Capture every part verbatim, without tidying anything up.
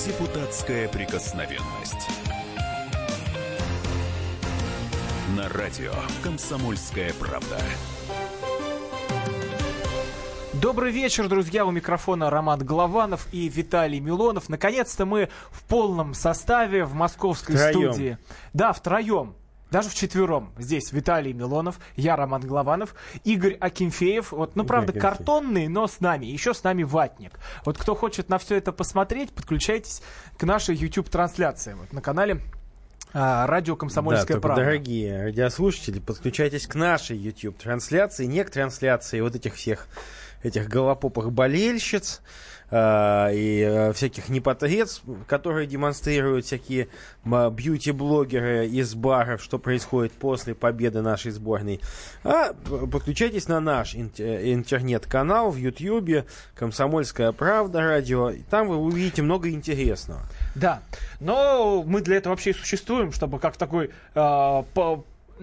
Депутатская прикосновенность. На радио «Комсомольская правда». Добрый вечер, друзья. У микрофона Роман Голованов и Виталий Милонов. Наконец-то мы в полном составе в московской втроем. студии. Да, втроем. Даже вчетвером. Здесь Виталий Милонов, я Роман Голованов, Игорь Акинфеев. Вот, ну, Игорь правда, Акинфеев. Картонный, но с нами. Еще с нами Ватник. Вот кто хочет на все это посмотреть, подключайтесь к нашей YouTube-трансляции. Вот, на канале а, радио «Комсомольская да, правда». Дорогие радиослушатели, подключайтесь к нашей YouTube-трансляции, не к трансляции вот этих всех этих голопопых болельщиц э, и э, всяких непотребств, которые демонстрируют всякие э, бьюти-блогеры из баров, что происходит после победы нашей сборной. А подключайтесь на наш интер- интернет-канал в YouTube «Комсомольская правда» радио. Там вы увидите много интересного. Да, но мы для этого вообще и существуем, чтобы как такой э, по,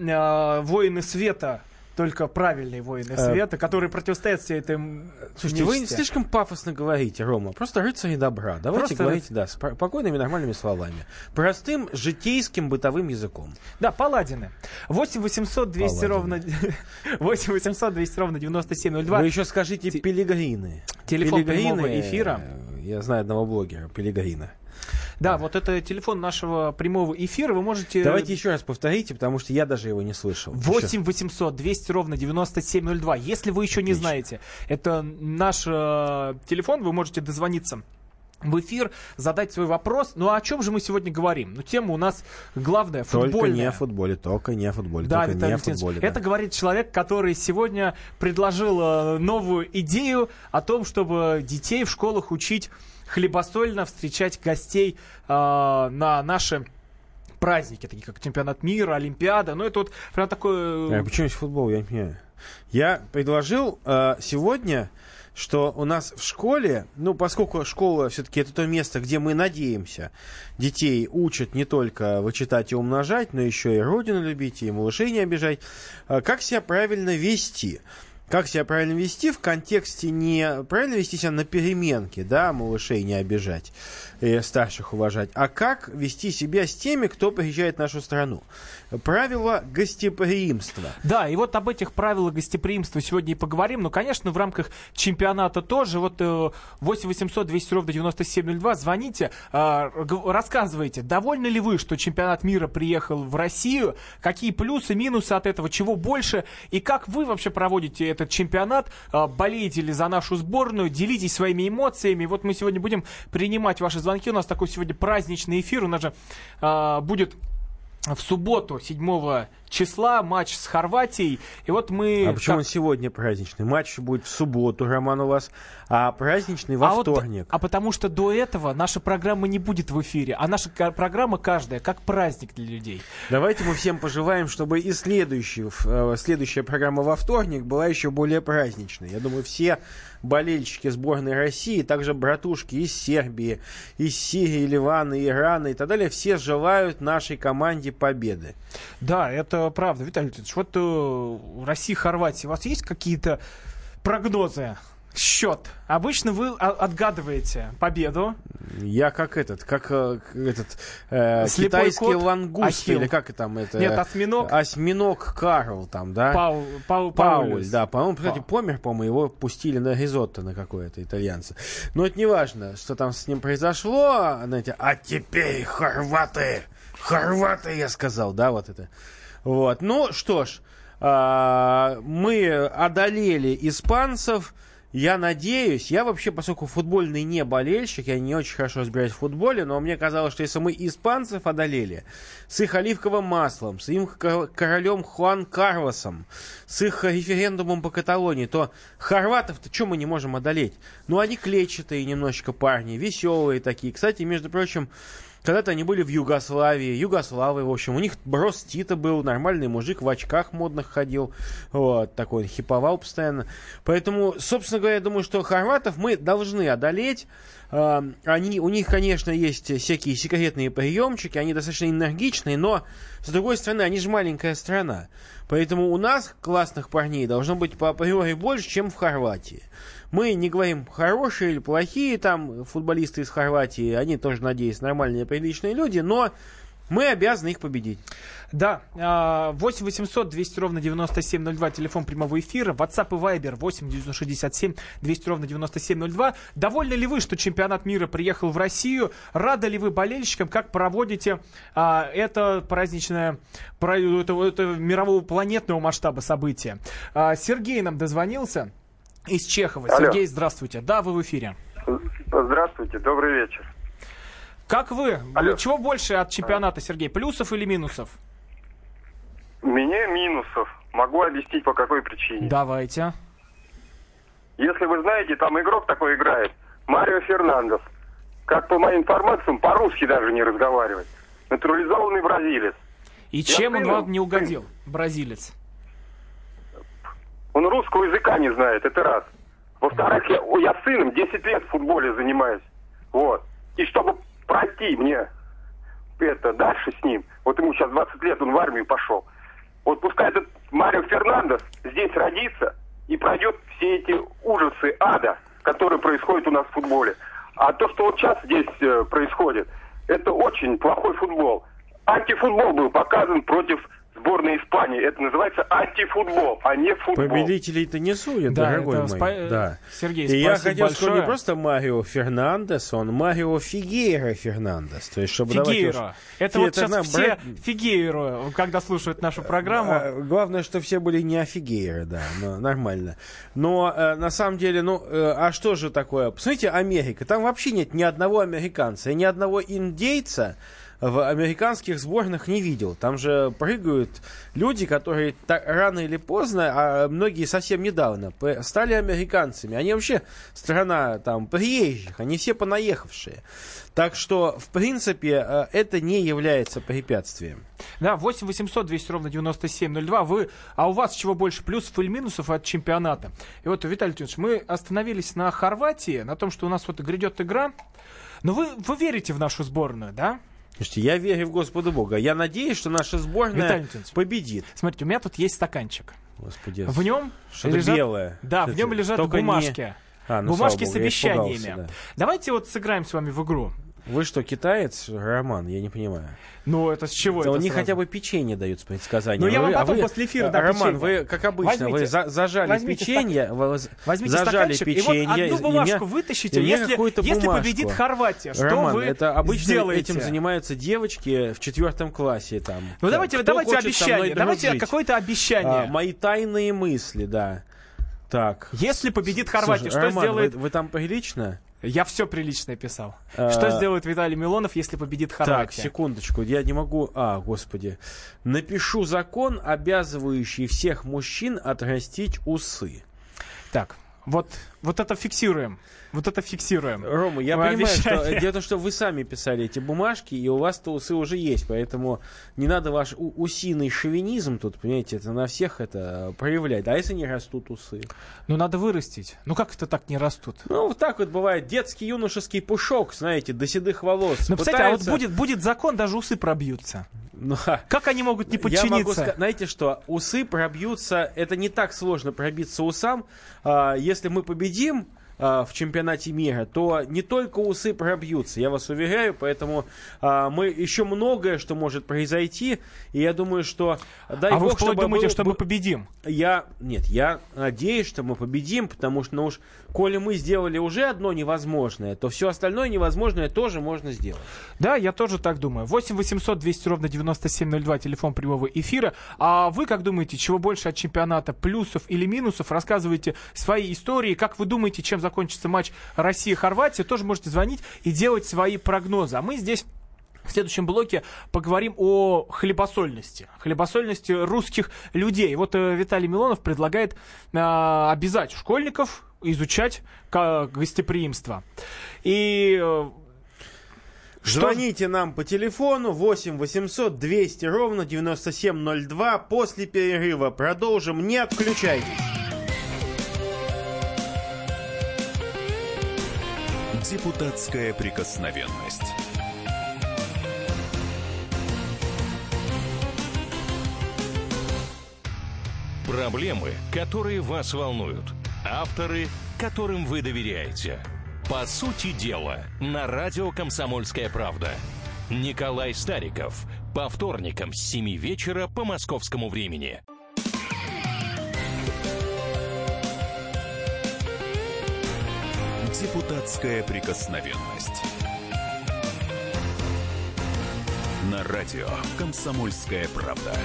э, воины света, только правильные воины света, которые противостоят всей этой Слушайте, вы нечисти. слишком пафосно говорите, Рома. Просто рыцари добра. Давайте Просто говорить, да, спокойными, нормальными словами. Простым, житейским, бытовым языком. Да, паладины. восемь восемьсот двести ровно восемь восемьсот двести ровно девяносто семь ноль два. Вы еще скажите пилигрины. Телефон Пилигрины, прямого эфира. Я знаю одного блогера, пилигрина. Да, вот это телефон нашего прямого эфира. Вы можете... Давайте еще раз повторите, потому что я даже его не слышал. восемь восемьсот двести ровно девяносто семь ноль два. Если вы еще не Отлично. знаете, это наш э, телефон, вы можете дозвониться в эфир, задать свой вопрос. Ну а о чем же мы сегодня говорим? Ну, тема у нас главная, футбольная. Только не о футболе, только не о футболе, Да, только Виталий не о Валентинович, футболе. это да. говорит человек, который сегодня предложил э, новую идею о том, чтобы детей в школах учить хлебосольно встречать гостей э, на наши праздники, такие как чемпионат мира, Олимпиада. Ну, это вот прям такое... А почему здесь футбол, я не понимаю. Я предложил э, сегодня, что у нас в школе, ну, поскольку школа все-таки это то место, где мы надеемся, детей учат не только вычитать и умножать, но еще и родину любить, и малышей не обижать, э, как себя правильно вести. Как себя правильно вести в контексте не правильно вести себя на переменке, да, малышей не обижать и старших уважать, а как вести себя с теми, кто приезжает в нашу страну. Правила гостеприимства. Да, и вот об этих правилах гостеприимства сегодня и поговорим. Ну, конечно, в рамках чемпионата тоже. Вот восемь восемьсот двести ровно девяносто семь ноль два. Звоните, э, рассказывайте, довольны ли вы, что чемпионат мира приехал в Россию? Какие плюсы, минусы от этого? Чего больше? И как вы вообще проводите этот чемпионат? Э, болеете ли за нашу сборную? Делитесь своими эмоциями. Вот мы сегодня будем принимать ваши звонки. У нас такой сегодня праздничный эфир. У нас же э, будет... в субботу, седьмого числа, матч с Хорватией. И вот мы... А почему как... он сегодня праздничный? Матч будет в субботу, Роман, у вас, а праздничный во а вторник. Вот, а потому что до этого наша программа не будет в эфире, а наша ка- программа каждая как праздник для людей. Давайте мы всем пожелаем, чтобы и следующий, э, следующая программа во вторник была еще более праздничной. Я думаю, все болельщики сборной России, также братушки из Сербии, из Сирии, Ливана, Ирана и так далее, все желают нашей команде победы. Да, это правда. Виталий Леонидович, вот э, Россия, Хорватия, у вас есть какие-то прогнозы? Счет. Обычно вы отгадываете победу. Я как этот, как э, этот э, Слепой китайский кот, лангуст, Ахилл. или как там это? Нет, осьминог. Осьминог Карл там, да? Пау, Пау, Пауль, Паулюс. да, по-моему, кстати, Па. помер, по-моему, его пустили на ризотто на какое-то итальянца. Но это не важно, что там с ним произошло, знаете, а теперь хорваты, хорваты, я сказал, да, вот это. Вот, ну что ж, а, мы одолели испанцев. Я надеюсь, я вообще, поскольку футбольный не болельщик, я не очень хорошо разбираюсь в футболе, но мне казалось, что если мы испанцев одолели с их оливковым маслом, с их королем Хуан Карлосом, с их референдумом по Каталонии, то хорватов-то что мы не можем одолеть? Ну, они клетчатые немножечко парни, веселые такие. Кстати, между прочим, Когда-то они были в Югославии, Югославы, в общем, у них Брос Тита был, нормальный мужик, в очках модных ходил, вот, такой, он хиповал постоянно. Поэтому, собственно говоря, я думаю, что хорватов мы должны одолеть. Они, у них, конечно, есть всякие секретные приемчики, они достаточно энергичные, но, с другой стороны, они же маленькая страна. Поэтому у нас классных парней должно быть по априори больше, чем в Хорватии. Мы не говорим хорошие или плохие там футболисты из Хорватии, они тоже, надеюсь, нормальные, приличные люди, но мы обязаны их победить. Да, восемь восемьсот двести ровно девяносто семь ноль два, телефон прямого эфира, WhatsApp и Viber восемь девятьсот шестьдесят семь двести ровно девяносто семь ноль два. Довольны ли вы, что чемпионат мира приехал в Россию? Рады ли вы болельщикам? Как проводите а, это праздничное, это, это мирового планетного масштаба события? А, Сергей нам дозвонился из Чехова. Алло. Сергей, здравствуйте. Да, вы в эфире. Здравствуйте, добрый вечер. Как вы? Алло. Чего больше от чемпионата, Сергей? Плюсов или минусов? Мне минусов. Могу объяснить, по какой причине. Давайте. Если вы знаете, там игрок такой играет, Марио Фернандес. Как по моим информациям, по-русски даже не разговаривает. Натурализованный бразилец. И Я чем он сыну, вам не угодил, бразилец? Он русского языка не знает, это раз. Во-вторых, я, я с сыном десять лет в футболе занимаюсь. Вот. И чтобы пройти мне это дальше с ним, вот ему сейчас двадцать лет, он в армию пошел. Вот пускай этот Марио Фернандес здесь родится и пройдет все эти ужасы ада, которые происходят у нас в футболе. А то, что вот сейчас здесь э, происходит, это очень плохой футбол. Антифутбол был показан против сборной Испании. Это называется антифутбол, а не футбол. Победителей-то не судят, Да, дорогой это мой. спа- Да. Сергей, И я спасибо хотел большое. сказать не просто Марио Фернандес, он Марио Фигейро Фернандес. То есть, чтобы давайте Фигейро. уж- Это Фи- вот сейчас на- все брать- Фигейро, когда слушают нашу программу. А, главное, что все были не офигейры, да, но нормально. Но э, на самом деле, ну, э, а что же такое? Посмотрите, Америка, там вообще нет ни одного американца и ни одного индейца в американских сборных не видел. Там же прыгают люди, которые так, рано или поздно, а многие совсем недавно, п- стали американцами. Они вообще страна там приезжих, они все понаехавшие. Так что, в принципе, э, это не является препятствием. Да, восемь восемьсот двести ровно девяносто семь ноль два. Вы, а у вас чего больше, плюсов или минусов от чемпионата? И вот, Виталий Леонидович, мы остановились на Хорватии, на том, что у нас вот грядет игра. Но вы, вы верите в нашу сборную, да? Слушайте, я верю в Господа Бога. Я надеюсь, что наша сборная Виталий Леонидович, победит. Смотрите, у меня тут есть стаканчик. Господи, В нем что-то лежат, белое. Да, в Что-то- нем лежат только не- бумажки. А, ну, бумажки слава с Богу, я обещаниями. испугался, да. Давайте вот сыграем с вами в игру. Вы что, китаец, Роман? Я не понимаю. Ну, это с чего Да это они сразу? хотя бы печенье дают с предсказанием. Ну, я А вам вы- а потом вы- после эфира а, дам Роман, печенье. вы, как обычно, Возьмите- вы за- зажали возьмите печенье, вы Возьмите зажали стаканчик, печенье. и вот одну и бумажку мне- вытащите. и мне Если, какую-то если бумажку. победит Хорватия, что Роман, вы это обычно сделаете? этим занимаются девочки в четвертом классе. Там. Ну, давайте, Кто давайте хочет со мной обещание. Давайте дружить? какое-то обещание. А, мои тайные мысли, да. Так. Если победит Хорватия, Слушай, что Роман, сделает... Вы, вы там прилично? Я все приличное писал. А, Что сделает Виталий Милонов, если победит Так, Хорватия? секундочку, я не могу... А, господи. Напишу закон, обязывающий всех мужчин отрастить усы. Так, вот, вот это фиксируем. Вот это фиксируем. Рома, я Вы понимаю, что обещали. дело в том, что вы сами писали эти бумажки, и у вас-то усы уже есть, поэтому не надо ваш у- усиный шовинизм тут, понимаете, это на всех это проявлять. А если не растут усы? Ну, надо вырастить. Ну, как это так не растут? Ну, вот так вот бывает. Детский юношеский пушок, знаете, до седых волос. Ну, представляете, а вот Пытается- будет, будет закон, даже усы пробьются. Ну, а, Как они могут не я могу подчиниться? сказать, знаете что, усы пробьются, это не так сложно пробиться усам. А, если мы победим а, в чемпионате мира, то не только усы пробьются, я вас уверяю, поэтому а, мы еще многое, что может произойти, и я думаю, что дай А вы бог, вплоть чтобы думаете, был- что мы был- победим? Я, нет, я надеюсь, что мы победим, потому что, ну уж, коли мы сделали уже одно невозможное, то все остальное невозможное тоже можно сделать. Да, я тоже так думаю. восемь восемьсот двести ровно девяносто семь ноль два, телефон прямого эфира. А вы как думаете, чего больше от чемпионата, плюсов или минусов? Рассказывайте свои истории. Как вы думаете, чем закончится матч Россия-Хорватия? Тоже можете звонить и делать свои прогнозы. А мы здесь... В следующем блоке поговорим о хлебосольности. Хлебосольности русских людей. Вот э, Виталий Милонов предлагает э, обязать школьников изучать ка- гостеприимство. И... э, Что? Звоните нам по телефону восемь восемьсот двести ровно девяносто семь ноль два. После перерыва продолжим. Не отключайтесь. Депутатская прикосновенность. Проблемы, которые вас волнуют. Авторы, которым вы доверяете. По сути дела, на радио «Комсомольская правда». Николай Стариков. По вторникам с семи вечера по московскому времени. Депутатская прикосновенность. На радио «Комсомольская правда».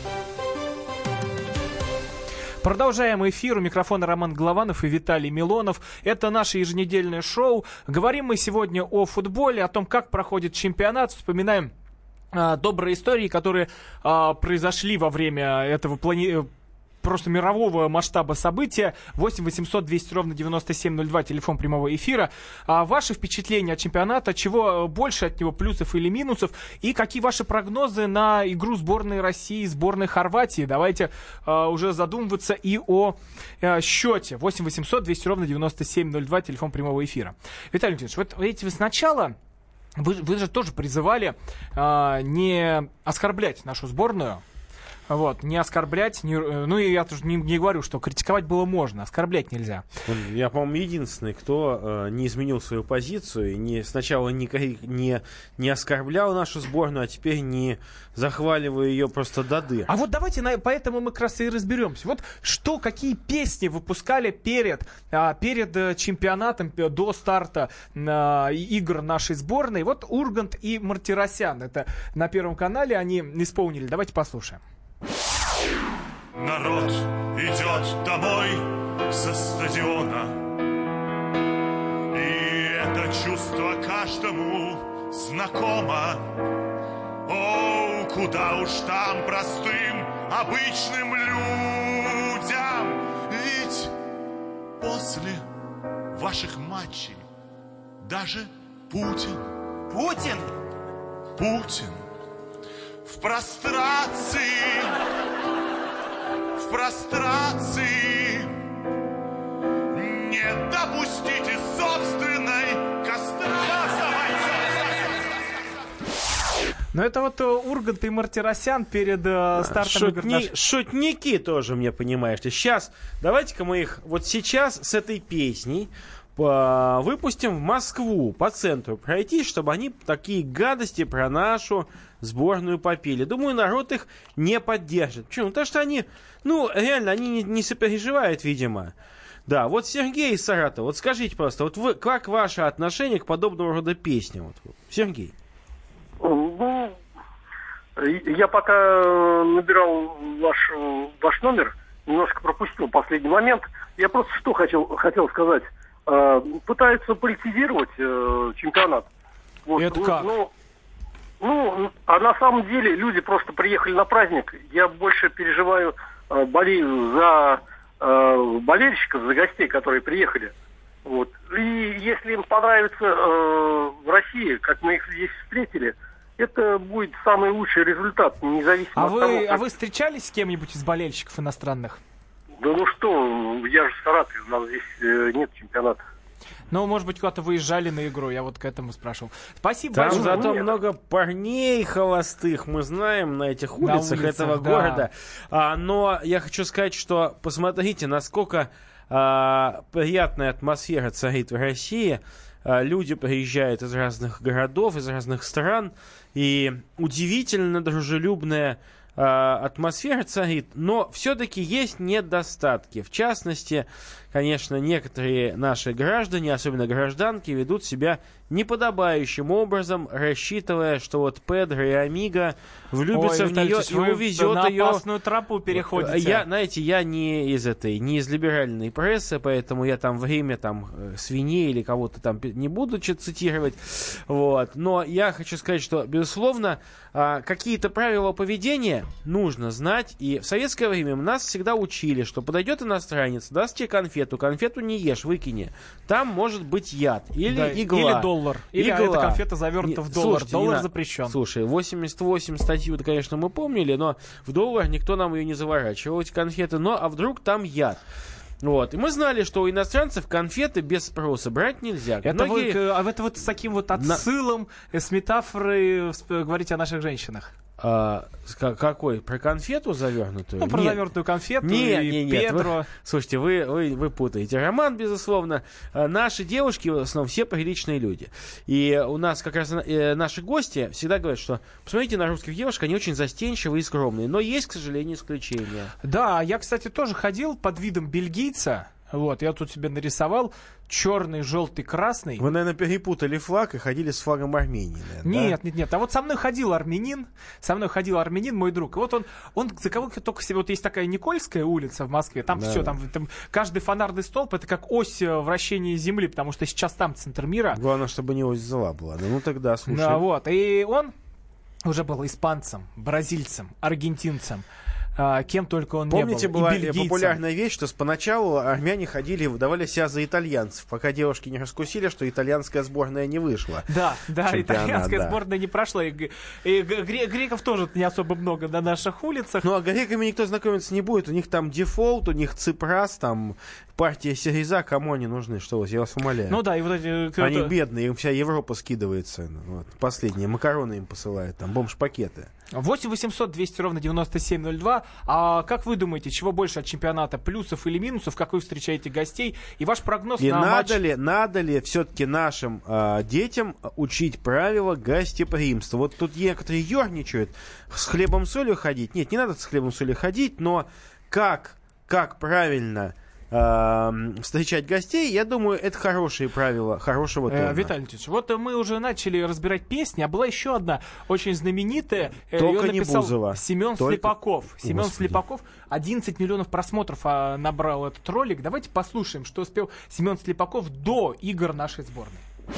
Продолжаем эфир. У микрофона Роман Голованов и Виталий Милонов. Это наше еженедельное шоу. Говорим мы сегодня о футболе, о том, как проходит чемпионат. Вспоминаем а, добрые истории, которые а, произошли во время этого плани... просто мирового масштаба события. восемь восемьсот двести ровно девяносто семь ноль два, телефон прямого эфира. А ваши впечатления от чемпионата, чего больше от него, плюсов или минусов, и какие ваши прогнозы на игру сборной России и сборной Хорватии? Давайте а, уже задумываться и о а, счете. восемь восемьсот двести ровно девяносто семь ноль два, телефон прямого эфира. Виталий Леонидович, вот видите, вы сначала вы, вы же тоже призывали а, не оскорблять нашу сборную. Вот, не оскорблять, не, ну и я тоже не, не говорю, что критиковать было можно, оскорблять нельзя. Я, по-моему, единственный, кто э, не изменил свою позицию и не, сначала не, не, не оскорблял нашу сборную, а теперь не захваливая ее просто до дыр. А вот давайте, на, поэтому мы как раз и разберемся. Вот что, какие песни выпускали перед, а, перед чемпионатом, до старта а, игр нашей сборной. Вот Ургант и Мартиросян, это на Первом канале они исполнили. Давайте послушаем. Народ идет домой со стадиона, и это чувство каждому знакомо. О, куда уж там простым, обычным людям. Ведь после ваших матчей даже Путин Путин Путин в прострации В прострации не допустите собственной кастрации. Ну это вот Ургант и Мартиросян перед э, стартом игр. Шутни, наш... Шутники тоже, мне понимаешь. Сейчас, давайте-ка мы их вот сейчас с этой песней по... выпустим в Москву, по центру пройти, чтобы они такие гадости про нашу сборную попили. Думаю, народ их не поддержит. Почему? Потому что они, ну, реально, они не, не сопереживают, видимо. Да, вот Сергей из Саратова, вот скажите просто, вот вы, как ваше отношение к подобного рода песням? Вот, Сергей. Ну, я пока набирал ваш, ваш номер, немножко пропустил последний момент. Я просто что хотел, хотел сказать. Пытаются политизировать чемпионат. Вот. Это как? Ну, ну, а на самом деле люди просто приехали на праздник. Я больше переживаю, болею за болельщиков, за гостей, которые приехали. Вот. И если им понравится э, в России, как мы их здесь встретили, это будет самый лучший результат, независимо а от вы, того, как... А вы встречались с кем-нибудь из болельщиков иностранных? Да ну что, я же в Саратове, у нас здесь э, нет чемпионата. Ну, может быть, куда-то выезжали на игру, я вот к этому спрашивал. Спасибо Там большое. зато много парней холостых, мы знаем, на этих улицах, улицах этого да. города. А, но я хочу сказать, что посмотрите, насколько а, приятная атмосфера царит в России. А, люди приезжают из разных городов, из разных стран, и удивительно дружелюбная а, атмосфера царит, но все-таки есть недостатки. В частности, конечно, некоторые наши граждане, особенно гражданки, ведут себя неподобающим образом, рассчитывая, что вот Педро и Амиго влюбятся Ой, в нее и увезет на ее. На опасную тропу переходите. Я, знаете, я не из этой, не из либеральной прессы, поэтому я там время там свиней или кого-то там не буду цитировать. Вот. Но я хочу сказать, что, безусловно, какие-то правила поведения нужно, нужно знать, и в советское время нас всегда учили, что подойдет иностранец, даст тебе конфету, конфету не ешь, выкини. Там может быть яд или Да, игла. или доллар. Или Игла. эта конфета завернута в доллар. Слушайте, доллар не на- запрещен. Слушай, восемьдесят восемь статью, конечно, мы помнили, но в доллар никто нам ее не заворачивал, эти конфеты. Но а вдруг там яд? Вот. И мы знали, что у иностранцев конфеты без спроса брать нельзя. Это, Многие- вы, а это вот с таким вот отсылом, э, с метафорой э, сп- говорите о наших женщинах. А, с- ка- какой? Про конфету завернутую? Ну, про Нет. завернутую конфету Не, и не, нет, Педро. вы- слушайте, вы, вы, вы путаете. Роман, безусловно. А, наши девушки, в основном, все приличные люди. И у нас как раз э, наши гости всегда говорят, что посмотрите на русских девушек, они очень застенчивые и скромные. Но есть, к сожалению, исключения. Да, я, кстати, тоже ходил под видом бельгийца. Вот, я тут себе нарисовал черный, желтый, красный. Вы, наверное, перепутали флаг и ходили с флагом Армении, наверное, Нет, нет, нет. А вот со мной ходил армянин, со мной ходил армянин, мой друг. И вот он, он за кого только себе, вот есть такая Никольская улица в Москве, там Да. все, там, там каждый фонарный столб, это как ось э, вращения Земли, потому что сейчас там центр мира. Главное, чтобы не ось зла была. Да, ну тогда, слушай. Да, вот. И он уже был испанцем, бразильцем, аргентинцем. а, кем только он Помните, не был. была И бельгийцем. популярная вещь, что поначалу армяне ходили, выдавали себя за итальянцев, пока девушки не раскусили, что итальянская сборная не вышла. Да, да, Чемпионат, итальянская да. сборная не прошла. И, г- и г- гре- греков тоже не особо много на наших улицах. Ну, а греками никто знакомиться не будет. У них там дефолт, у них Ципрас, там партия Сириза. Кому они нужны? Что вы, я вас умоляю. Ну да, и вот эти... Они это- бедные, им вся Европа скидывается. Вот, последние макароны им посылают, там бомж-пакеты. восемь восемьсот двести ровно девяносто семь ноль два. А как вы думаете, чего больше от чемпионата, плюсов или минусов? Как вы встречаете гостей? И ваш прогноз И на надо матч... ли, надо ли все-таки нашим а, детям учить правила гостеприимства? Вот тут некоторые ерничают, с хлебом солью ходить. Нет, не надо с хлебом солью ходить, но как, как правильно а, встречать гостей, я думаю, это хорошие правила, хорошего тона. Э, Виталий Леонидович, вот мы уже начали разбирать песни, а была еще одна очень знаменитая. Э, Только её не написал Бузова. Семен Только- Слепаков. Семен Господи. Слепаков, одиннадцать миллионов просмотров а, набрал этот ролик. Давайте послушаем, что успел Семен Слепаков до игр нашей сборной.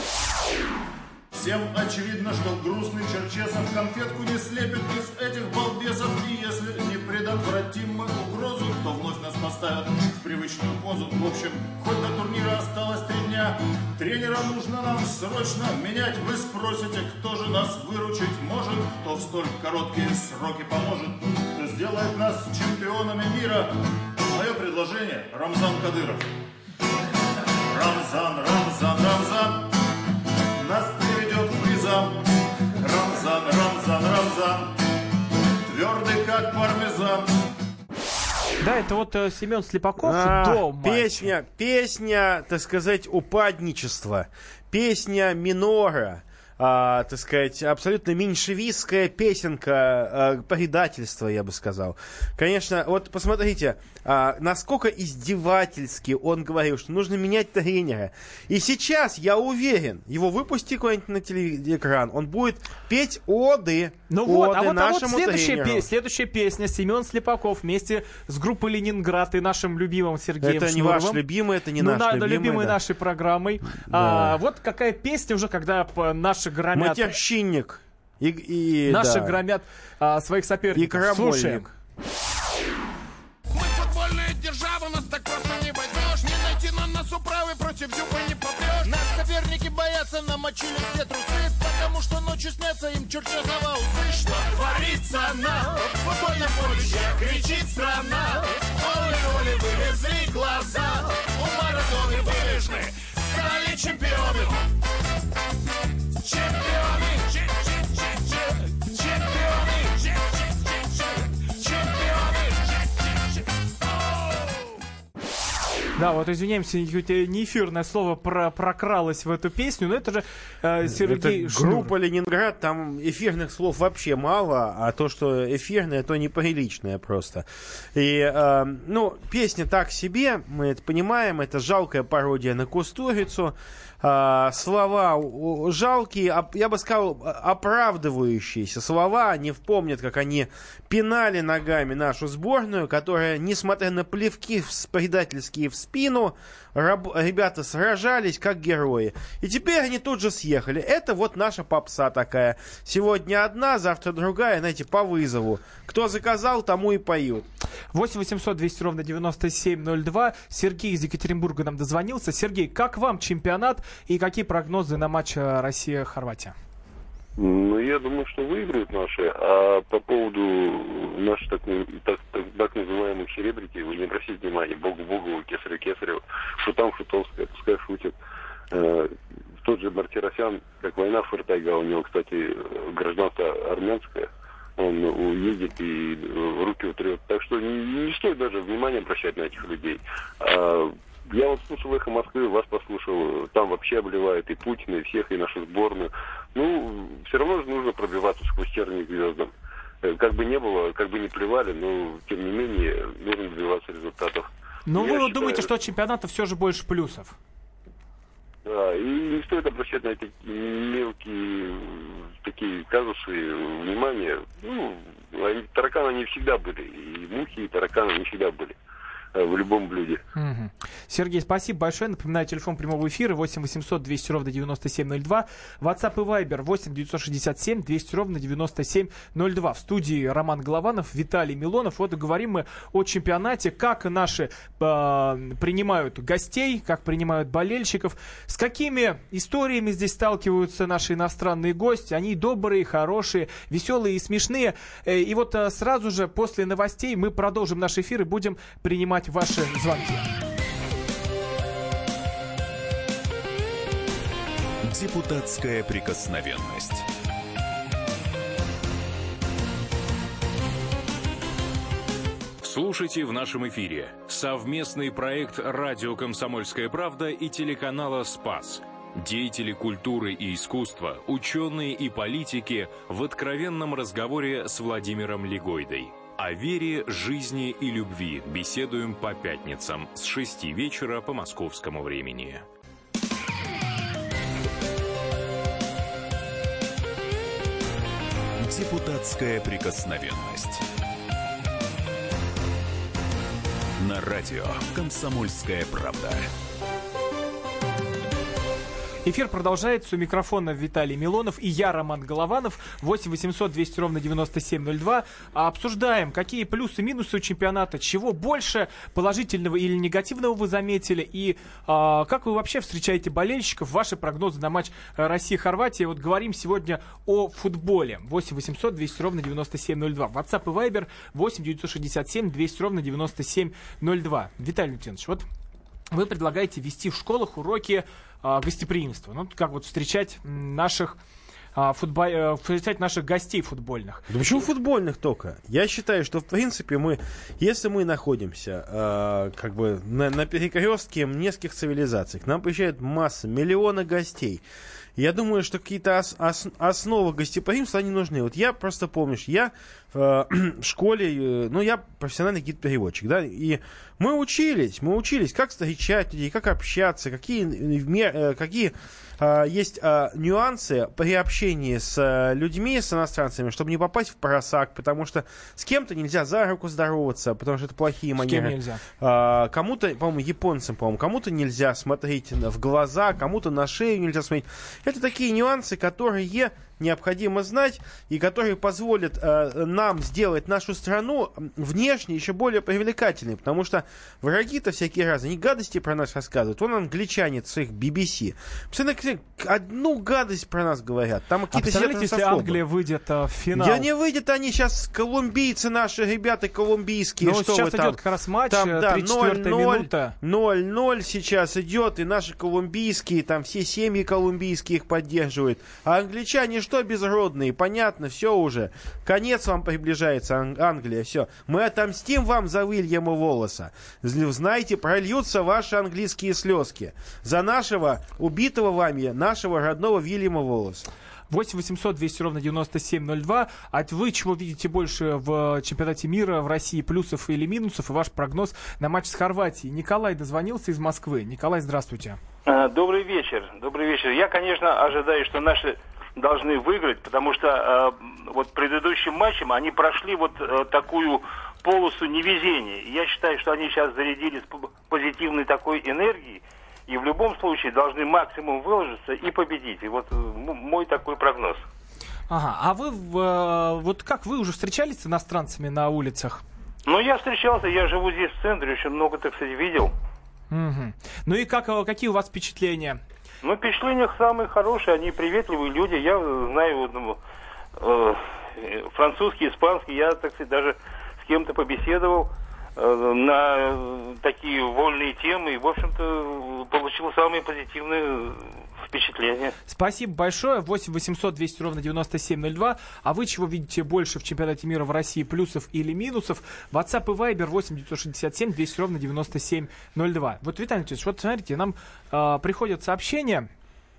Всем очевидно, что грустный Черчесов конфетку не слепит из этих балбесов. И если не предотвратим мы угрозу, то вновь нас поставят в привычную позу. В общем, хоть до турнира осталось три дня, тренера нужно нам срочно менять. Вы спросите, кто же нас выручить может, кто в столь короткие сроки поможет, кто сделает нас чемпионами мира. Мое предложение — Рамзан Кадыров. Рамзан, Рамзан, Рамзан нас приведет к призам. Рамзан, Рамзан, Рамзан, твердый как пармезан. Да, это вот э, Семен Слепаков А, до матча. песня, песня, так сказать, упадничества, песня минора, а, так сказать, абсолютно меньшевистская песенка, а, предательства, я бы сказал. Конечно, вот посмотрите, а, насколько издевательски он говорил, что нужно менять тренера. И сейчас, я уверен, его выпусти куда-нибудь на телеэкран, он будет петь оды, Ну вот, оды а вот, а вот нашему следующая, тренеру. пе- следующая песня Семен Слепаков вместе с группой Ленинград и нашим любимым Сергеем Это не Шнуровым. ваш любимый, это не ну, наш на- любимый. любимой да. нашей программой. Да. А, вот какая песня уже, когда п- наши громят, Матерщинник. И, и, наши да. громят а, своих И соперников. крамольник. Слушаем. Мы футбольная держава, нас так просто не возьмешь. Не найти на нас управы, против дюпа не попрешь. Нас соперники боятся, намочили все трусы, потому что ночью снятся им Черчесова усы. Что творится на футбольном поле, кричит страна. Оли-оли, вылезли глаза, у Марадоны вылежны, стали чемпионы. Чемпионы, че-че-че-че, чемпионы, че-че-че-че, чемпионы, че-че-че. Да, вот извиняемся, не эфирное слово про- прокралось в эту песню, но это же э, Сергей Это Шнур. группа Ленинград, там эфирных слов вообще мало, а то, что эфирное, то неприличное просто. И, э, ну, песня так себе, мы это понимаем, это жалкая пародия на Кустурицу. А, слова у- жалкие, оп- я бы сказал, оправдывающиеся слова. Они вспомнят, как они пинали ногами нашу сборную, которая, несмотря на плевки в- предательские в спину, раб, ребята сражались как герои. И теперь они тут же съехали. Это вот наша попса такая. Сегодня одна, завтра другая, знаете, по вызову. Кто заказал, тому и поют. восемь восемьсот двести ровно девяносто семь ноль два. Сергей из Екатеринбурга нам дозвонился. Сергей, как вам чемпионат и какие прогнозы на матч Россия-Хорватия? Ну, я думаю, что выиграют наши. А по поводу наших так, так, так, так называемых селебрити, вы не обратите внимания, Богу-Богу, Кесарю-Кесарю, шутам Шутовская, пускай шутит. Э, тот же Мартиросян, как война в Фортайга, у него, кстати, гражданство армянское, он уедет и руки утрет. Так что не, не стоит даже внимания обращать на этих людей. А, я вот слушал «Эхо Москвы», вас послушал, там вообще обливают и Путина, и всех, и нашу сборную. Ну, все равно же нужно пробиваться сквозь тернии к звездам. Как бы не было, как бы не плевали, но, тем не менее, нужно добиваться результатов. Ну, вы считаю, думаете, что от чемпионата все же больше плюсов? Да, и не стоит обращать на эти мелкие такие казусы внимание. Ну, тараканы они всегда были, и мухи, и тараканы они всегда были в любом блюде. Угу. Сергей, спасибо большое. Напоминаю, телефон прямого эфира восемь восемьсот двести ровно девяносто семь ноль два. WhatsApp и Viber восемь девятьсот шестьдесят семь двести ровно девяносто семь ноль два. В студии Роман Голованов, Виталий Милонов. Вот и говорим мы о чемпионате, как наши э, принимают гостей, как принимают болельщиков, с какими историями здесь сталкиваются наши иностранные гости. Они добрые, хорошие, веселые и смешные. И вот э, сразу же после новостей мы продолжим наш эфир и будем принимать ваши звонки. Депутатская прикосновенность. Слушайте в нашем эфире совместный проект «Радио Комсомольская правда» и телеканала «Спас». Деятели культуры и искусства, ученые и политики в откровенном разговоре с Владимиром Легойдой. О вере, жизни и любви беседуем по пятницам с шести вечера по московскому времени. Депутатская прикосновенность. На радио «Комсомольская правда». Эфир продолжается. У микрофона Виталий Милонов и я, Роман Голованов. восемь восемьсот двести ровно девяносто семь ноль два. Обсуждаем, какие плюсы и минусы у чемпионата, чего больше, положительного или негативного вы заметили, и а, как вы вообще встречаете болельщиков, ваши прогнозы на матч Россия-Хорватия. Вот говорим сегодня о футболе. восемь восемьсот двести ровно девяносто семь ноль два. WhatsApp и Viber восемь девятьсот шестьдесят семь двести ровно девяносто семь ноль два. Виталий Леонидович, вот вы предлагаете вести в школах уроки а, гостеприимства. Ну, как вот встречать наших, а, футбол... а, встречать наших гостей футбольных. Да почему футбольных только? Я считаю, что, в принципе, мы, если мы находимся э, как бы на, на перекрестке нескольких цивилизаций, к нам приезжает масса, миллионы гостей. Я думаю, что какие-то ос- ос- основы гостеприимства, они нужны. Вот я просто, помнишь, я э, в школе, э, ну, я профессиональный гид-переводчик, да, и мы учились, мы учились, как встречать людей, как общаться, какие, э, какие э, есть э, нюансы при общении с э, людьми, с иностранцами, чтобы не попасть в просак, потому что с кем-то нельзя за руку здороваться, потому что это плохие манеры. С кем нельзя? Э, кому-то, по-моему, японцам, по-моему, кому-то нельзя смотреть в глаза, кому-то на шею нельзя смотреть. Это такие нюансы, которые необходимо знать и которые позволят э, нам сделать нашу страну внешне еще более привлекательной, потому что враги-то всякие разные, они гадости про нас рассказывают. Вон англичане с их би би си. Представляете, одну гадость про нас говорят. Там какие-то а представляете, если Англия выйдет э, в финал? Да не выйдет они сейчас, колумбийцы наши, ребята колумбийские. Ну, что сейчас вы идет там? как раз матч, там, да, тридцать четвёртая минута. ноль ноль сейчас идет, и наши колумбийские, там все семьи колумбийские их поддерживают. А англичане что безродные? Понятно, все уже. Конец вам приближается, Ан- Англия, все. Мы отомстим вам за Уильяма Волоса. Знаете, прольются ваши английские слезки за нашего убитого вами, нашего родного Уильяма Волоса. восемь восемьсот двести ровно девяносто семь ноль два. А вы чего видите больше в чемпионате мира в России, плюсов или минусов? И ваш прогноз на матч с Хорватией. Николай дозвонился из Москвы. Николай, здравствуйте. Добрый вечер. Добрый вечер. Я, конечно, ожидаю, что наши должны выиграть, потому что э, вот предыдущим матчем они прошли вот э, такую полосу невезения. Я считаю, что они сейчас зарядились позитивной такой энергией, и в любом случае должны максимум выложиться и победить. И вот мой такой прогноз. Ага, а вы, вот как, вы уже встречались с иностранцами на улицах? Ну, я встречался, я живу здесь в центре, очень много, так сказать, видел. Угу. Ну и как, какие у вас впечатления? Ну, впечатления самые хорошие, они приветливые люди. Я знаю ну, э, французский, испанский, я, так сказать, даже с кем-то побеседовал э, на такие вольные темы, и, в общем-то, получил самые позитивные впечатления. Спасибо большое. восемь восемьсот двести ровно девяносто семь ноль два. А вы чего видите больше в чемпионате мира в России, плюсов или минусов? WhatsApp и Viber восемь девятьсот шестьдесят семь двести ровно девяносто семь ноль два. Вот, Виталий Анатольевич, вот смотрите, нам э, приходят сообщения,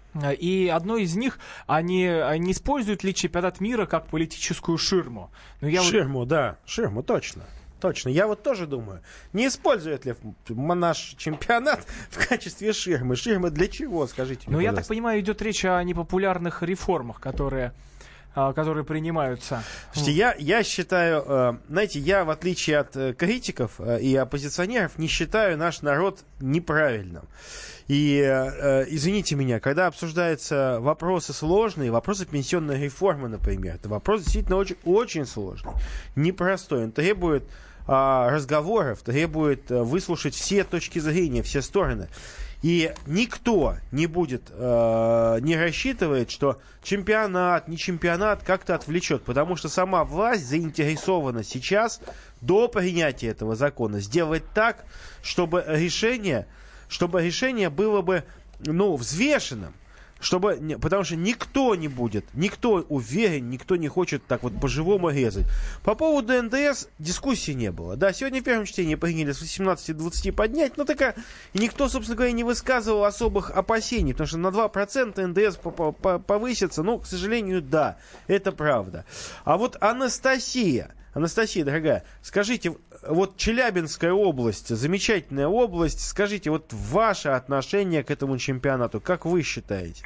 и одно из них, они не используют ли чемпионат мира как политическую ширму? Но я ширму, вот... да, ширму, точно. Точно, я вот тоже думаю, не использует ли наш чемпионат в качестве ширмы? Ширмы для чего, скажите мне, Ну, пожалуйста. я так понимаю, идет речь о непопулярных реформах, которые, которые принимаются. Слушайте, я, я считаю, знаете, я, в отличие от критиков и оппозиционеров, не считаю наш народ неправильным. И, э, извините меня, когда обсуждаются вопросы сложные, вопросы пенсионной реформы, например, это вопрос действительно очень, очень сложный, непростой. Он требует э, разговоров, требует э, выслушать все точки зрения, все стороны. И никто не будет, э, не рассчитывает, что чемпионат, не чемпионат как-то отвлечет, потому что сама власть заинтересована сейчас до принятия этого закона сделать так, чтобы решение... чтобы решение было бы, ну, взвешенным, чтобы, потому что никто не будет, никто уверен, никто не хочет так вот по-живому резать. По поводу эн дэ эс дискуссии не было. Да, сегодня в первом чтении приняли с восемнадцати до двадцати поднять, но такая, и никто, собственно говоря, не высказывал особых опасений, потому что на два процента эн дэ эс повысится, ну, к сожалению, да, это правда. А вот Анастасия, Анастасия, дорогая, скажите, вот Челябинская область, замечательная область, скажите, вот ваше отношение к этому чемпионату, как вы считаете?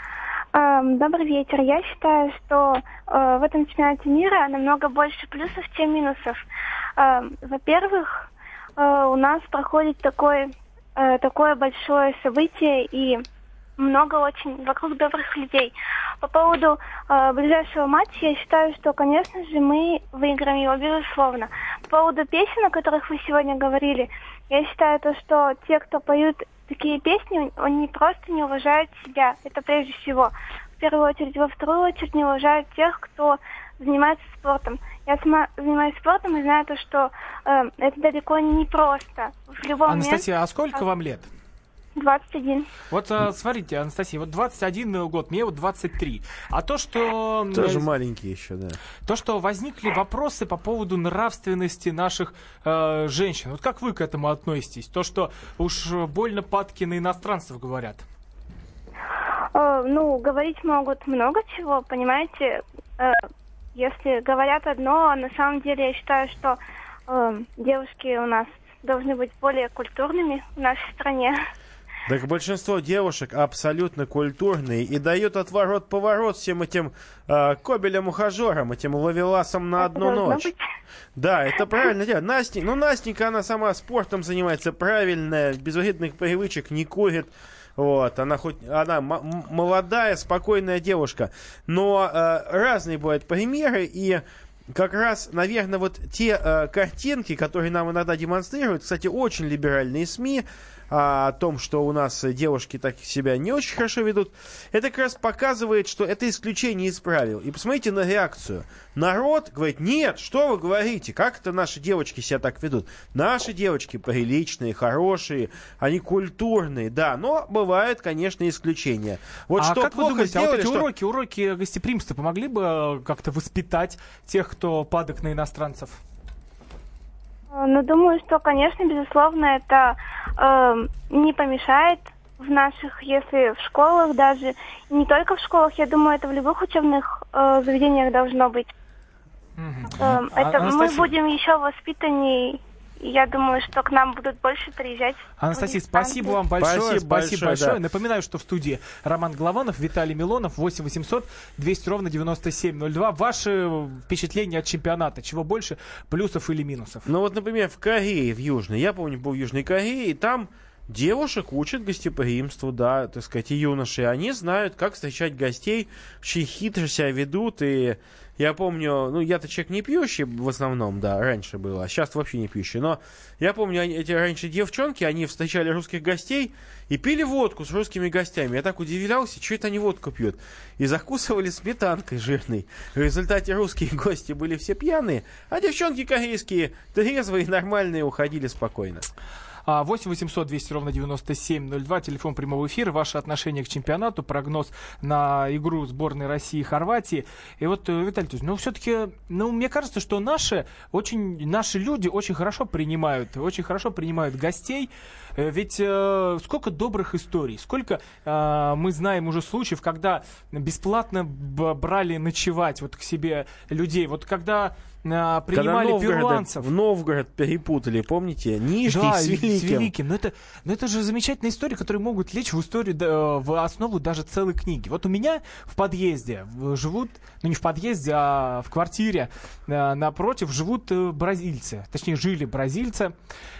Добрый вечер. Я считаю, что э, в этом чемпионате мира намного больше плюсов, чем минусов. Э, во-первых, э, у нас проходит такое, э, такое большое событие и много очень вокруг добрых людей. По поводу э, ближайшего матча, я считаю, что, конечно же, мы выиграем его, безусловно. По поводу песен, о которых вы сегодня говорили, я считаю, то, что те, кто поют такие песни, они просто не уважают себя. Это прежде всего. В первую очередь. Во вторую очередь не уважают тех, кто занимается спортом. Я сама занимаюсь спортом и знаю то, что э, это далеко не просто. В любом Анастасия, момент... а сколько вам лет? двадцать один. Вот а, смотрите, Анастасия, вот двадцать один год, мне вот двадцать три. А то, что... Тоже маленький еще, да. То, что возникли вопросы по поводу нравственности наших э, женщин. Вот как вы к этому относитесь? То, что уж больно падки на иностранцев говорят. Э, ну, говорить могут много чего, понимаете. Э, если говорят одно, а на самом деле я считаю, что э, девушки у нас должны быть более культурными в нашей стране. Так большинство девушек абсолютно культурные и дают отворот-поворот всем этим э, кобелям-ухажерам, этим ловеласам на одну ночь. Быть. Да, это правильно делать. Настя, ну, Настенька, она сама спортом занимается, правильная, без вредных привычек, не курит. Вот, она хоть, она м- молодая, спокойная девушка. Но э, разные бывают примеры, и как раз, наверное, вот те э, картинки, которые нам иногда демонстрируют, кстати, очень либеральные СМИ, о том, что у нас девушки так себя не очень хорошо ведут, это как раз показывает, что это исключение из правил. И посмотрите на реакцию. Народ говорит: нет, что вы говорите, как это наши девочки себя так ведут? Наши девочки приличные, хорошие, они культурные, да, но бывают, конечно, исключения. Вот а что как плохо вы думаете, сделали, а вот эти что... уроки, уроки гостеприимства помогли бы как-то воспитать тех, кто падок на иностранцев? Ну, думаю, что, конечно, безусловно, это э, не помешает в наших, если в школах даже, и не только в школах, я думаю, это в любых учебных э, заведениях должно быть. Mm-hmm. Э, это а, мы будем еще воспитаннее И я думаю, что к нам будут больше приезжать. Анастасия, спасибо вам большое. Спасибо, Спасибо большое. большое. Да. Напоминаю, что в студии Роман Голованов, Виталий Милонов, восемь восемьсот двести ровно девяносто семь ноль два. Ваши впечатления от чемпионата? Чего больше, плюсов или минусов? Ну вот, например, в Корее, в Южной. Я помню, был в Южной Корее, и там девушек учат гостеприимству, да, так сказать, и юноши. Они знают, как встречать гостей, очень хитро себя ведут, и я помню, ну, я-то человек не пьющий в основном, да, раньше было, а сейчас вообще не пьющий, но я помню, они, эти раньше девчонки, они встречали русских гостей и пили водку с русскими гостями. Я так удивлялся, что это они водку пьют. И закусывали сметанкой жирной. В результате русские гости были все пьяные, а девчонки корейские трезвые, нормальные, уходили спокойно. восемь восемьсот двести ровно девяносто семь ноль два, телефон прямого эфира, ваше отношение к чемпионату, прогноз на игру сборной России и Хорватии. И вот, Виталий Тузович, ну все-таки, ну мне кажется, что наши, очень, наши люди очень хорошо принимают, очень хорошо принимают гостей. Ведь э, сколько добрых историй, сколько э, мы знаем уже случаев, когда бесплатно б- брали ночевать вот к себе людей. Вот когда э, принимали когда перуанцев. В Новгород перепутали, помните? Нижний да, с Великим. с Великим. Но это, но это же замечательные истории, которые могут лечь в историю, да, в основу даже целой книги. Вот у меня в подъезде живут, ну не в подъезде, а в квартире э, напротив живут э, бразильцы. Точнее, жили бразильцы.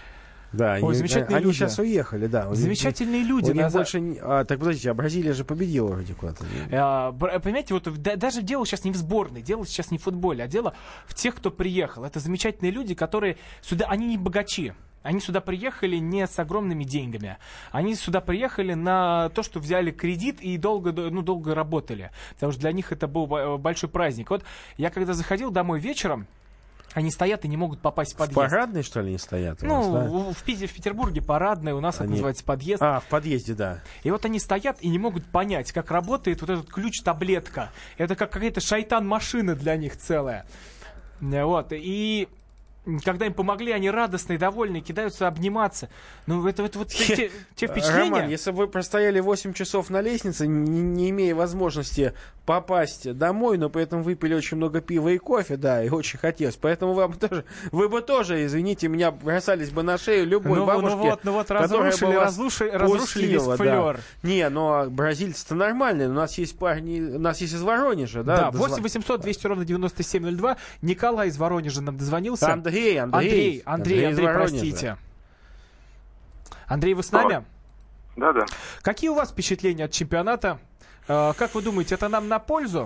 Да, Ой, они, замечательные они люди. сейчас уехали, да. Замечательные люди. У них Назад... больше... а, так, подождите, а Бразилия же победила вроде куда-то. А, понимаете, вот да, даже дело сейчас не в сборной, дело сейчас не в футболе, а дело в тех, кто приехал. Это замечательные люди, которые сюда, они не богачи. Они сюда приехали не с огромными деньгами. Они сюда приехали на то, что взяли кредит и долго, ну, долго работали. Потому что для них это был большой праздник. Вот я когда заходил домой вечером, они стоят и не могут попасть в подъезд. В парадной, что ли, не стоят? Ну, вас, да? в, в, в Петербурге парадная, у нас они... это называется подъезд. А, в подъезде, да. И вот они стоят и не могут понять, как работает вот этот ключ-таблетка. Это как какая-то шайтан-машина для них целая. Вот, и... Когда им помогли, они радостные, довольные, кидаются обниматься. Ну, это, это вот те, те впечатления. Роман, если бы вы простояли восемь часов на лестнице, не, не имея возможности попасть домой, но при этом выпили очень много пива и кофе, да, и очень хотелось. Поэтому вам тоже, вы бы тоже, извините меня, бросались бы на шею любой ну, бабушке, ну вот, ну вот разрушили, разрушили, разрушили весь флёр. Да. Не, но бразильцы-то нормальные. У нас есть парни, у нас есть из Воронежа, да? Да, восемь восемьсот двести ровно девяносто семь ноль два. Николай из Воронежа нам дозвонился. Андрей, Андрей, Андрей, Андрей, Андрей, простите. Андрей, вы с нами? Да, да. Какие у вас впечатления от чемпионата? Как вы думаете, это нам на пользу?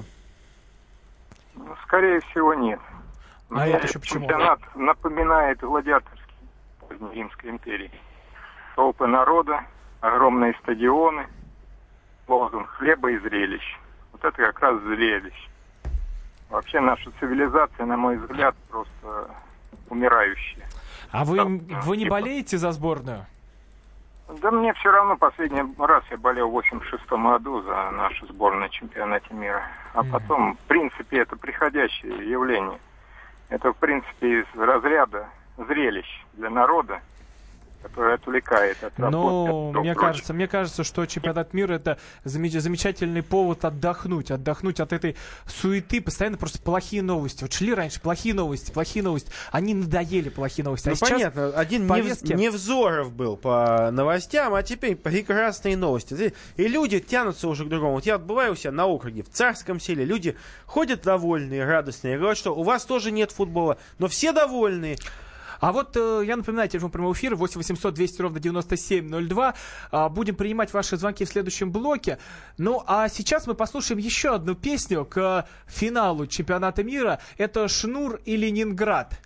Скорее всего, нет. А это еще почему? Чемпионат напоминает гладиаторский Римской империи. Толпы народа, огромные стадионы, лозунг хлеба и зрелищ. Вот это как раз зрелищ. Вообще наша цивилизация, на мой взгляд, просто умирающая. А вы, да, вы не типа... болеете за сборную? Да мне все равно. Последний раз я болел в восемьдесят шестом году за нашу сборную на чемпионате мира. А mm-hmm. потом, в принципе, это приходящее явление. Это, в принципе, из разряда зрелищ для народа, который отвлекает от работы. Ну, от мне прочего. кажется, мне кажется, что чемпионат мира это замеч- замечательный повод отдохнуть, отдохнуть от этой суеты, постоянно просто плохие новости. Вот шли раньше плохие новости, плохие новости, они надоели плохие новости. Ну, а сейчас понятно, один повестки... Невзоров был по новостям, а теперь прекрасные новости. И люди тянутся уже к другому. Вот я вот бываю у себя на округе, в Царском селе, люди ходят довольные, радостные, говорят, что у вас тоже нет футбола, но все довольные. А вот э, я напоминаю, телефон прямого эфира восемь восемьсот двести ровно девяносто семь ноль два. Э, будем принимать ваши звонки в следующем блоке. Ну, а сейчас мы послушаем еще одну песню к финалу чемпионата мира. Это «Шнур» и «Ленинград».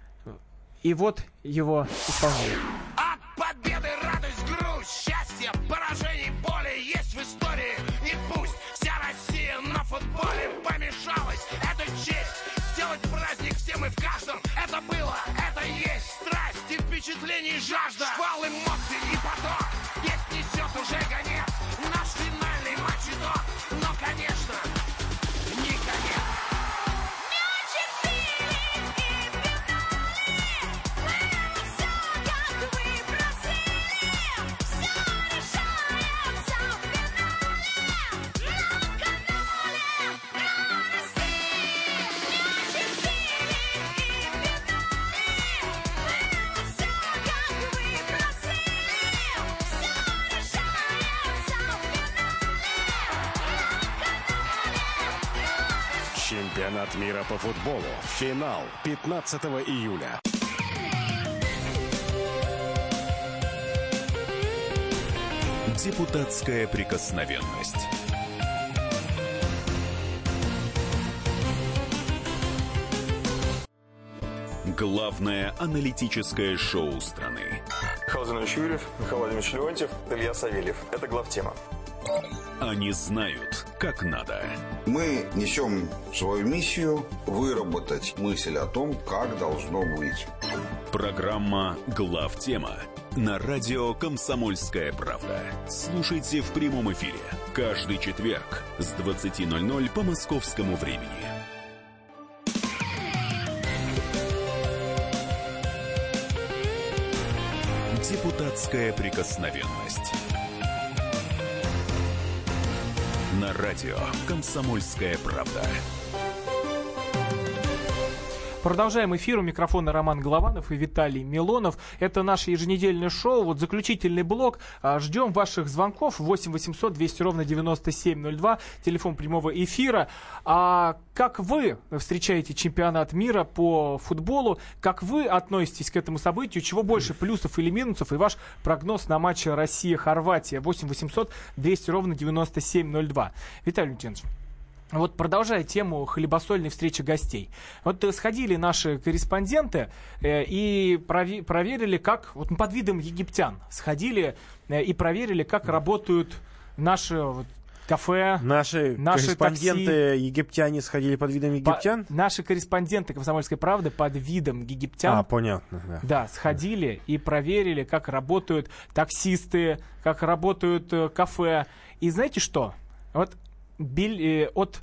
И вот его исполнение. От победы радость, грусть, счастье, поражений, боли есть в истории. И пусть вся Россия на футболе помешалась. Это честь сделать праздник всем и в каждом. Это было, это есть страсть и впечатлений жажда. Шквал эмоций и поток, есть несет уже гонец. Наш финальный матч итог, но, конечно, не конец. Мячик били и пинали, но все как вы Чемпионат мира по футболу. Финал пятнадцатого июля. Депутатская прикосновенность. Главное аналитическое шоу страны. Михаил Владимирович Юрьев, Михаил Владимирович Леонтьев, Илья Савельев. Это главтема. Они знают, как надо. Мы несем свою миссию выработать мысль о том, как должно быть. Программа «Главтема» на радио «Комсомольская правда». Слушайте в прямом эфире каждый четверг с двадцати ноль-ноль по московскому времени. Депутатская прикосновенность. На радио «Комсомольская правда». Продолжаем эфир. У микрофона Роман Голованов и Виталий Милонов. Это наше еженедельное шоу. Вот заключительный блок. Ждем ваших звонков. восемь восемьсот двести ровно девяносто семь ноль два. Телефон прямого эфира. А как вы встречаете чемпионат мира по футболу? Как вы относитесь к этому событию? Чего больше, плюсов или минусов? И ваш прогноз на матч Россия-Хорватия. восемь восемьсот двести ровно девяносто семь ноль два. Виталий Леонидович, вот продолжая тему хлебосольной встречи гостей. Вот сходили наши корреспонденты э, и прови- проверили, как, вот под видом египтян, сходили э, и проверили, как работают наши вот, кафе, наши, наши корреспонденты такси. Египтяне сходили под видом египтян? По, наши корреспонденты «Комсомольской правды» под видом египтян. А, понятно. Да, да сходили и проверили, как работают таксисты, как работают э, кафе. И знаете что? Вот От,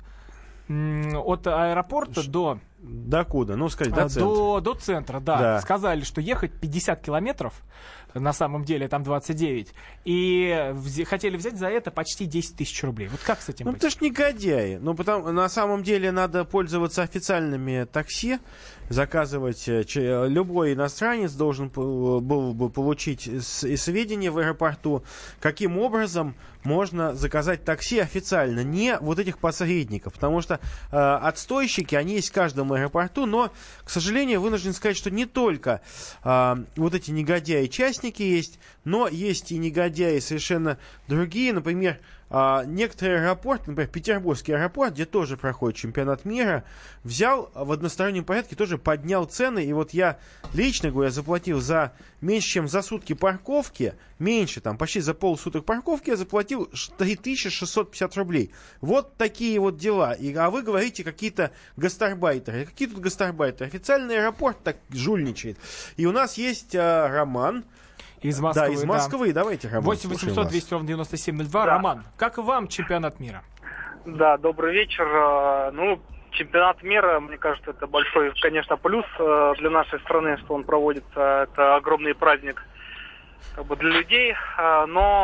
от аэропорта Ш... до... До куда? Ну, скажи, до центра. До, до центра, да. да. Сказали, что ехать пятьдесят километров, на самом деле там двадцать девять, и вз... хотели взять за это почти десять тысяч рублей. Вот как с этим ну, быть? Ну, это ж негодяи. Ну, потому, на самом деле надо пользоваться официальными такси, заказывать. Любой иностранец должен был бы получить сведения в аэропорту, каким образом можно заказать такси официально, не вот этих посредников, потому что э, отстойщики, они есть в каждом аэропорту, но, к сожалению, вынужден сказать, что не только э, вот эти негодяи-частники есть, но есть и негодяи совершенно другие, например, А, некоторые аэропорты, например, Петербургский аэропорт, где тоже проходит чемпионат мира, взял в одностороннем порядке, тоже поднял цены. И вот я лично, говоря, заплатил за меньше, чем за сутки парковки, меньше, там, почти за полсуток парковки, я заплатил три тысячи шестьсот пятьдесят рублей. Вот такие вот дела. И, а вы говорите, какие-то гастарбайтеры. Какие тут гастарбайтеры? Официальный аэропорт так жульничает. И у нас есть а, Роман. Из Москвы, да, из Москвы. Да. Давайте, Роман, восемь восемьсот двести ровно девяносто семь ноль два. Да. Роман, как вам чемпионат мира? Да, добрый вечер. Ну, чемпионат мира, мне кажется, это большой, конечно, плюс для нашей страны, что он проводится. Это огромный праздник как бы для людей. Но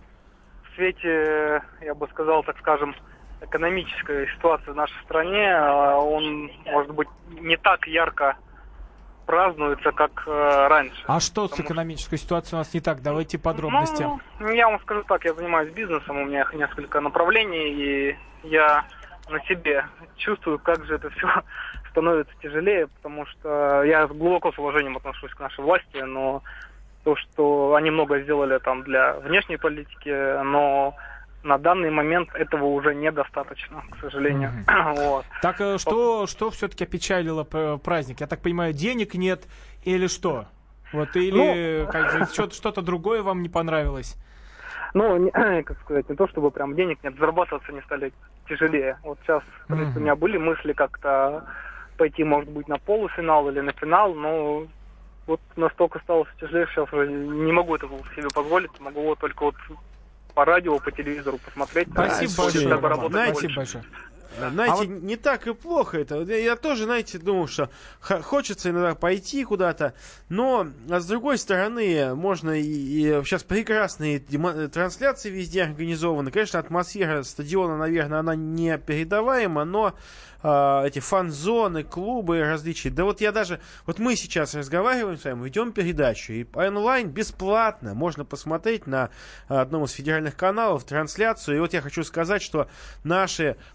в свете, я бы сказал, так скажем, экономической ситуации в нашей стране, он, может быть, не так ярко празднуется, как э, раньше. А что с экономической что... ситуацией у нас не так? Давайте подробности. Ну, я вам скажу так, я занимаюсь бизнесом, у меня несколько направлений, и я на себе чувствую, как же это все становится тяжелее, потому что я глубоко с уважением отношусь к нашей власти, но то, что они много сделали там для внешней политики, но на данный момент этого уже недостаточно, к сожалению. Mm-hmm. Вот. Так что, что все-таки опечалило праздник? Я так понимаю, денег нет или что? Вот, или ну, как, что-то, что-то другое вам не понравилось? Ну, не, как сказать, не то чтобы прям денег нет, зарабатываться не стали тяжелее. Вот сейчас, в принципе, mm-hmm. у меня были мысли как-то пойти, может быть, на полуфинал или на финал, но вот настолько стало тяжелее, сейчас уже не могу этого себе позволить, могу вот только вот по радио, по телевизору посмотреть. Спасибо да, большое. Знаете, большое. Знаете, а вот... не так и плохо это. Я тоже, знаете, думал, что хочется иногда пойти куда-то, но, а с другой стороны, можно и, и сейчас прекрасные трансляции везде организованы. Конечно, атмосфера стадиона, наверное, она не передаваема, но э, эти фан-зоны, клубы различия. Да вот я даже, вот мы сейчас разговариваем с вами, ведем передачу, и онлайн бесплатно можно посмотреть на одном из федеральных каналов трансляцию. И вот я хочу сказать, что наши братья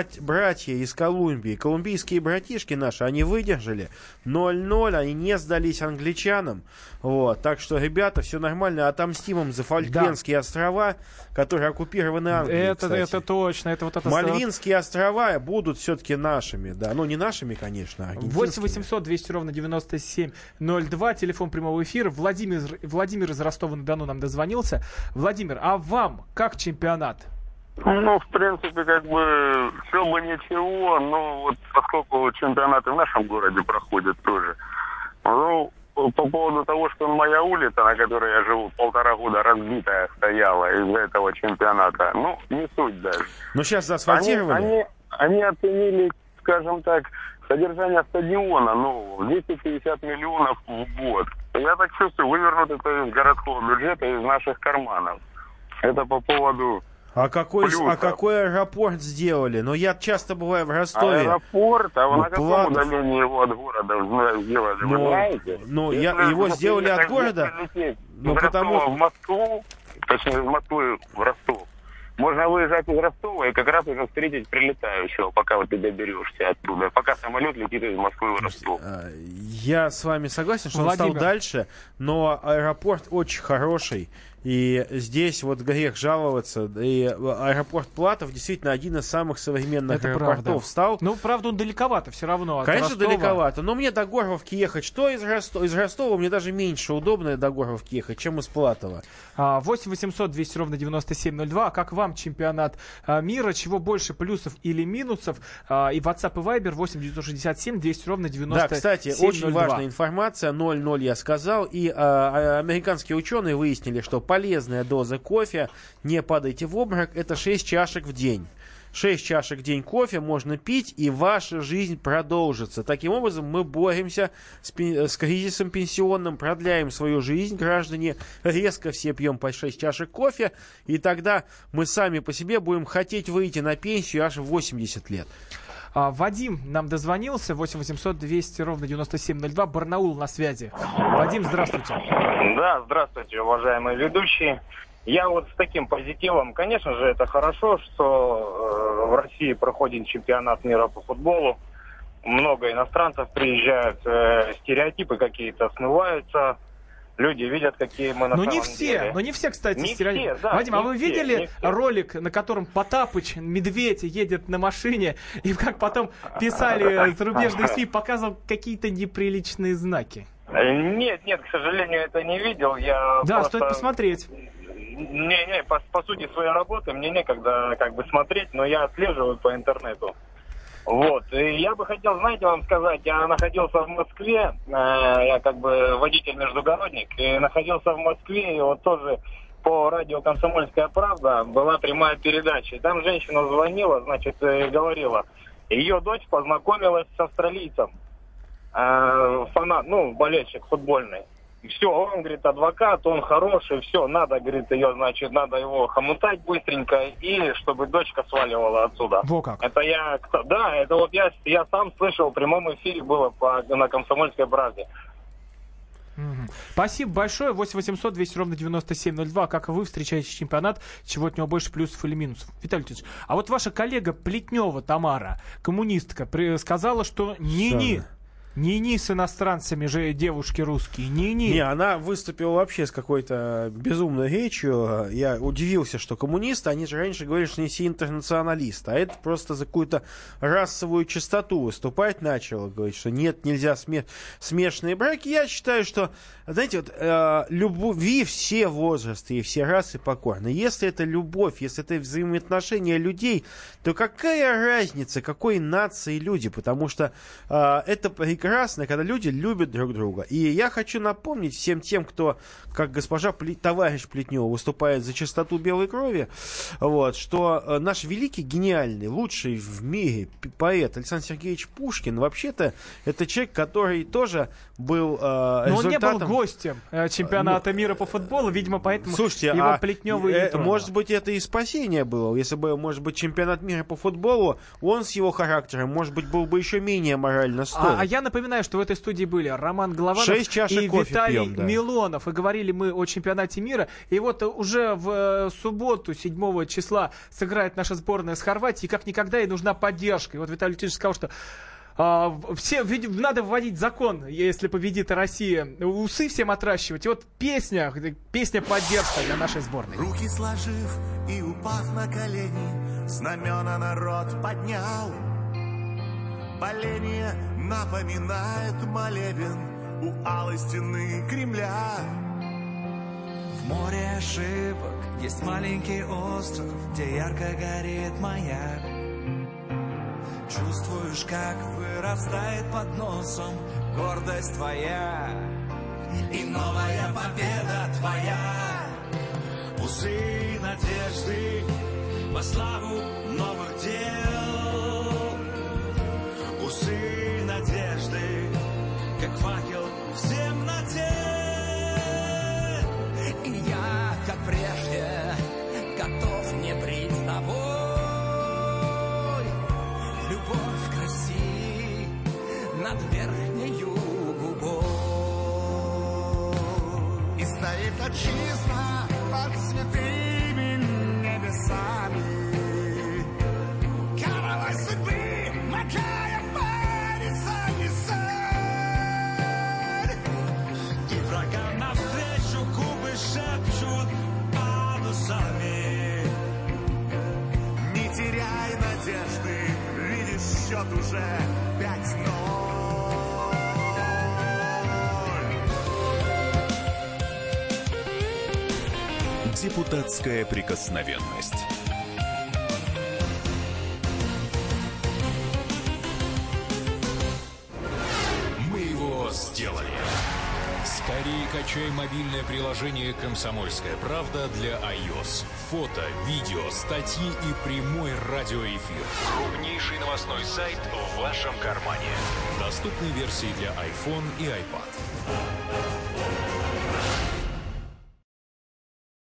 брать, братья из Колумбии, колумбийские братишки наши, они выдержали ноль-ноль, они не сдались англичанам. Вот, так что, ребята, все нормально, отомстим им за Фолклендские да. острова, которые оккупированы Англией, это, это точно. Это вот это Мальвинские острова будут все-таки нашими, да, ну не нашими, конечно. восемь восемьсот двести ровно девяносто семь ноль два, телефон прямого эфира. Владимир, Владимир из Ростова-на-Дону нам дозвонился. Владимир, а вам как чемпионат? Ну, в принципе, как бы все бы ничего, но вот поскольку чемпионаты в нашем городе проходят тоже, ну, по поводу того, что моя улица, на которой я живу, полтора года разбитая стояла из-за этого чемпионата, ну, не суть даже. Ну, сейчас заасфальтировали? Они, они, они оценили, скажем так, содержание стадиона нового в двести пятьдесят миллионов в год. Я так чувствую, вывернут это из городского бюджета, из наших карманов. Это по поводу... А какой, а какой аэропорт сделали? Ну, я часто бываю в Ростове. Аэропорт? А вы ну, на каком Платов. удалении его от города сделали? Ну, вы знаете? Ну, я, его сделали от города? Ну, потому что... в Москву, точнее, из Москвы в Ростов. Можно выезжать из Ростова и как раз уже встретить прилетающего, пока вот ты доберешься оттуда. Пока самолет летит из Москвы в Ростов. Я с вами согласен, что Владимир. он стал дальше, но аэропорт очень хороший. И здесь вот грех жаловаться. И аэропорт Платов действительно один из самых современных это аэропортов правда. стал. Ну, правда, он далековато все равно от Конечно, Ростова. далековато. Но мне до Горловки ехать. Что из Ростова? Из Ростова мне даже меньше удобно до Горловки ехать, чем из Платова. восемь восемьсот двести ровно девяносто семь ноль два. А как вам чемпионат а, мира? Чего больше, плюсов или минусов? А, и WhatsApp и Viber восемь девятьсот шестьдесят семь двести ровно девяносто семь ноль два. Да, кстати, очень важная информация. ноль-ноль я сказал. И а, американские ученые выяснили, что полезная доза кофе, не падайте в обморок, это шесть чашек в день. шесть чашек в день кофе можно пить, и ваша жизнь продолжится. Таким образом, мы боремся с, с кризисом пенсионным, продляем свою жизнь, граждане. Резко все пьем по шесть чашек кофе, и тогда мы сами по себе будем хотеть выйти на пенсию аж в восемьдесят лет. А, Вадим нам дозвонился. восемь восемьсот двести ровно девяносто семь ноль два. Барнаул на связи. Вадим, здравствуйте. Да, здравствуйте, уважаемые ведущие. Я вот с таким позитивом, конечно же, это хорошо, что э, в России проходит чемпионат мира по футболу. Много иностранцев приезжают, э, стереотипы какие-то смываются. Люди видят, какие мы на но самом не все, деле. Но не все, кстати, не стереотипы. все, да, Вадим, а вы все, видели ролик, на котором Потапыч, медведь, едет на машине, и как потом писали зарубежные СМИ, показывал какие-то неприличные знаки? Нет, нет, к сожалению, это не видел. Я да, просто... стоит посмотреть. Не, не, по, по сути своей работы мне некогда как бы смотреть, но я отслеживаю по интернету. Вот, и я бы хотел, знаете, вам сказать, я находился в Москве, э, я как бы водитель-междугородник, и находился в Москве, и вот тоже по радио «Комсомольская правда» была прямая передача. И там женщина звонила, значит, и говорила, ее дочь познакомилась с австралийцем, э, фанат, ну, болельщик футбольный. Все, он, говорит, адвокат, он хороший, все, надо, говорит, ее, значит, надо его хомутать быстренько, и чтобы дочка сваливала отсюда. Во как. Это я, да, это вот я, я сам слышал, в прямом эфире было по, на «Комсомольской правде». Угу. Спасибо большое. восемь восемьсот двести ровно девяносто семь ноль два. Как вы встречаете чемпионат? Чего от него больше, плюсов или минусов? Виталий Леонидович, а вот ваша коллега Плетнева Тамара, коммунистка, сказала, что не-не. Не-не с иностранцами же девушки русские, не-не. Не, она выступила вообще с какой-то безумной речью. Я удивился, что коммунисты, они же раньше говорили, что они все интернационалисты, а это просто за какую-то расовую чистоту выступать начало. Говорить, что нет, нельзя сме- смешанные браки. Я считаю, что, знаете, вот, э, любви все возрасты и все расы покорны. Если это любовь, если это взаимоотношения людей, то какая разница, какой нации люди? Потому что э, это прекрасно, когда люди любят друг друга. И я хочу напомнить всем тем, кто, как госпожа Пле... товарищ Плетнева, выступает за чистоту белой крови, вот, что э, наш великий, гениальный, лучший в мире поэт Александр Сергеевич Пушкин, вообще-то, это человек, который тоже был э, результатом... Но он не был гостем э, чемпионата ну, мира по футболу, видимо, поэтому слушайте, его а Плетнева и э, не тронуло. Может быть, это и спасение было. Если бы, может быть, чемпионат мира по футболу, он с его характером, может быть, был бы еще менее морально стоен. А, а я, напоминаю, что в этой студии были Роман Голованов Шесть чашек и кофе Виталий пьем, да. Милонов. И говорили мы о чемпионате мира. И вот уже в субботу, седьмого числа, сыграет наша сборная с Хорватией. И как никогда ей нужна поддержка. И вот Виталий Леонидович сказал, что а, все, надо вводить закон, если победит Россия, усы всем отращивать. И вот песня, песня поддержка для нашей сборной. Руки сложив и упав на колени, знамена народ поднял. Боление напоминает молебен у алой стены Кремля. В море ошибок есть маленький остров, где ярко горит маяк. Чувствуешь, как вырастает под носом гордость твоя. И новая победа твоя. Усы надежды во славу новых дел. Усы надежды, как факел в темноте. И я, как прежде, готов не брить с тобой. Любовь краси над верхнею губой. И стоит отчизна под святыми небесами. Король судьбы, макая парится и соль. И врагам навстречу губы шепчут под усами. Не теряй надежды, видишь, счет уже пять ноль. Депутатская прикосновенность. Мы его сделали. Скорее качай мобильное приложение «Комсомольская правда» для iOS. Фото, видео, статьи и прямой радиоэфир. Крупнейший новостной сайт в вашем кармане. Доступны версии для iPhone и iPad.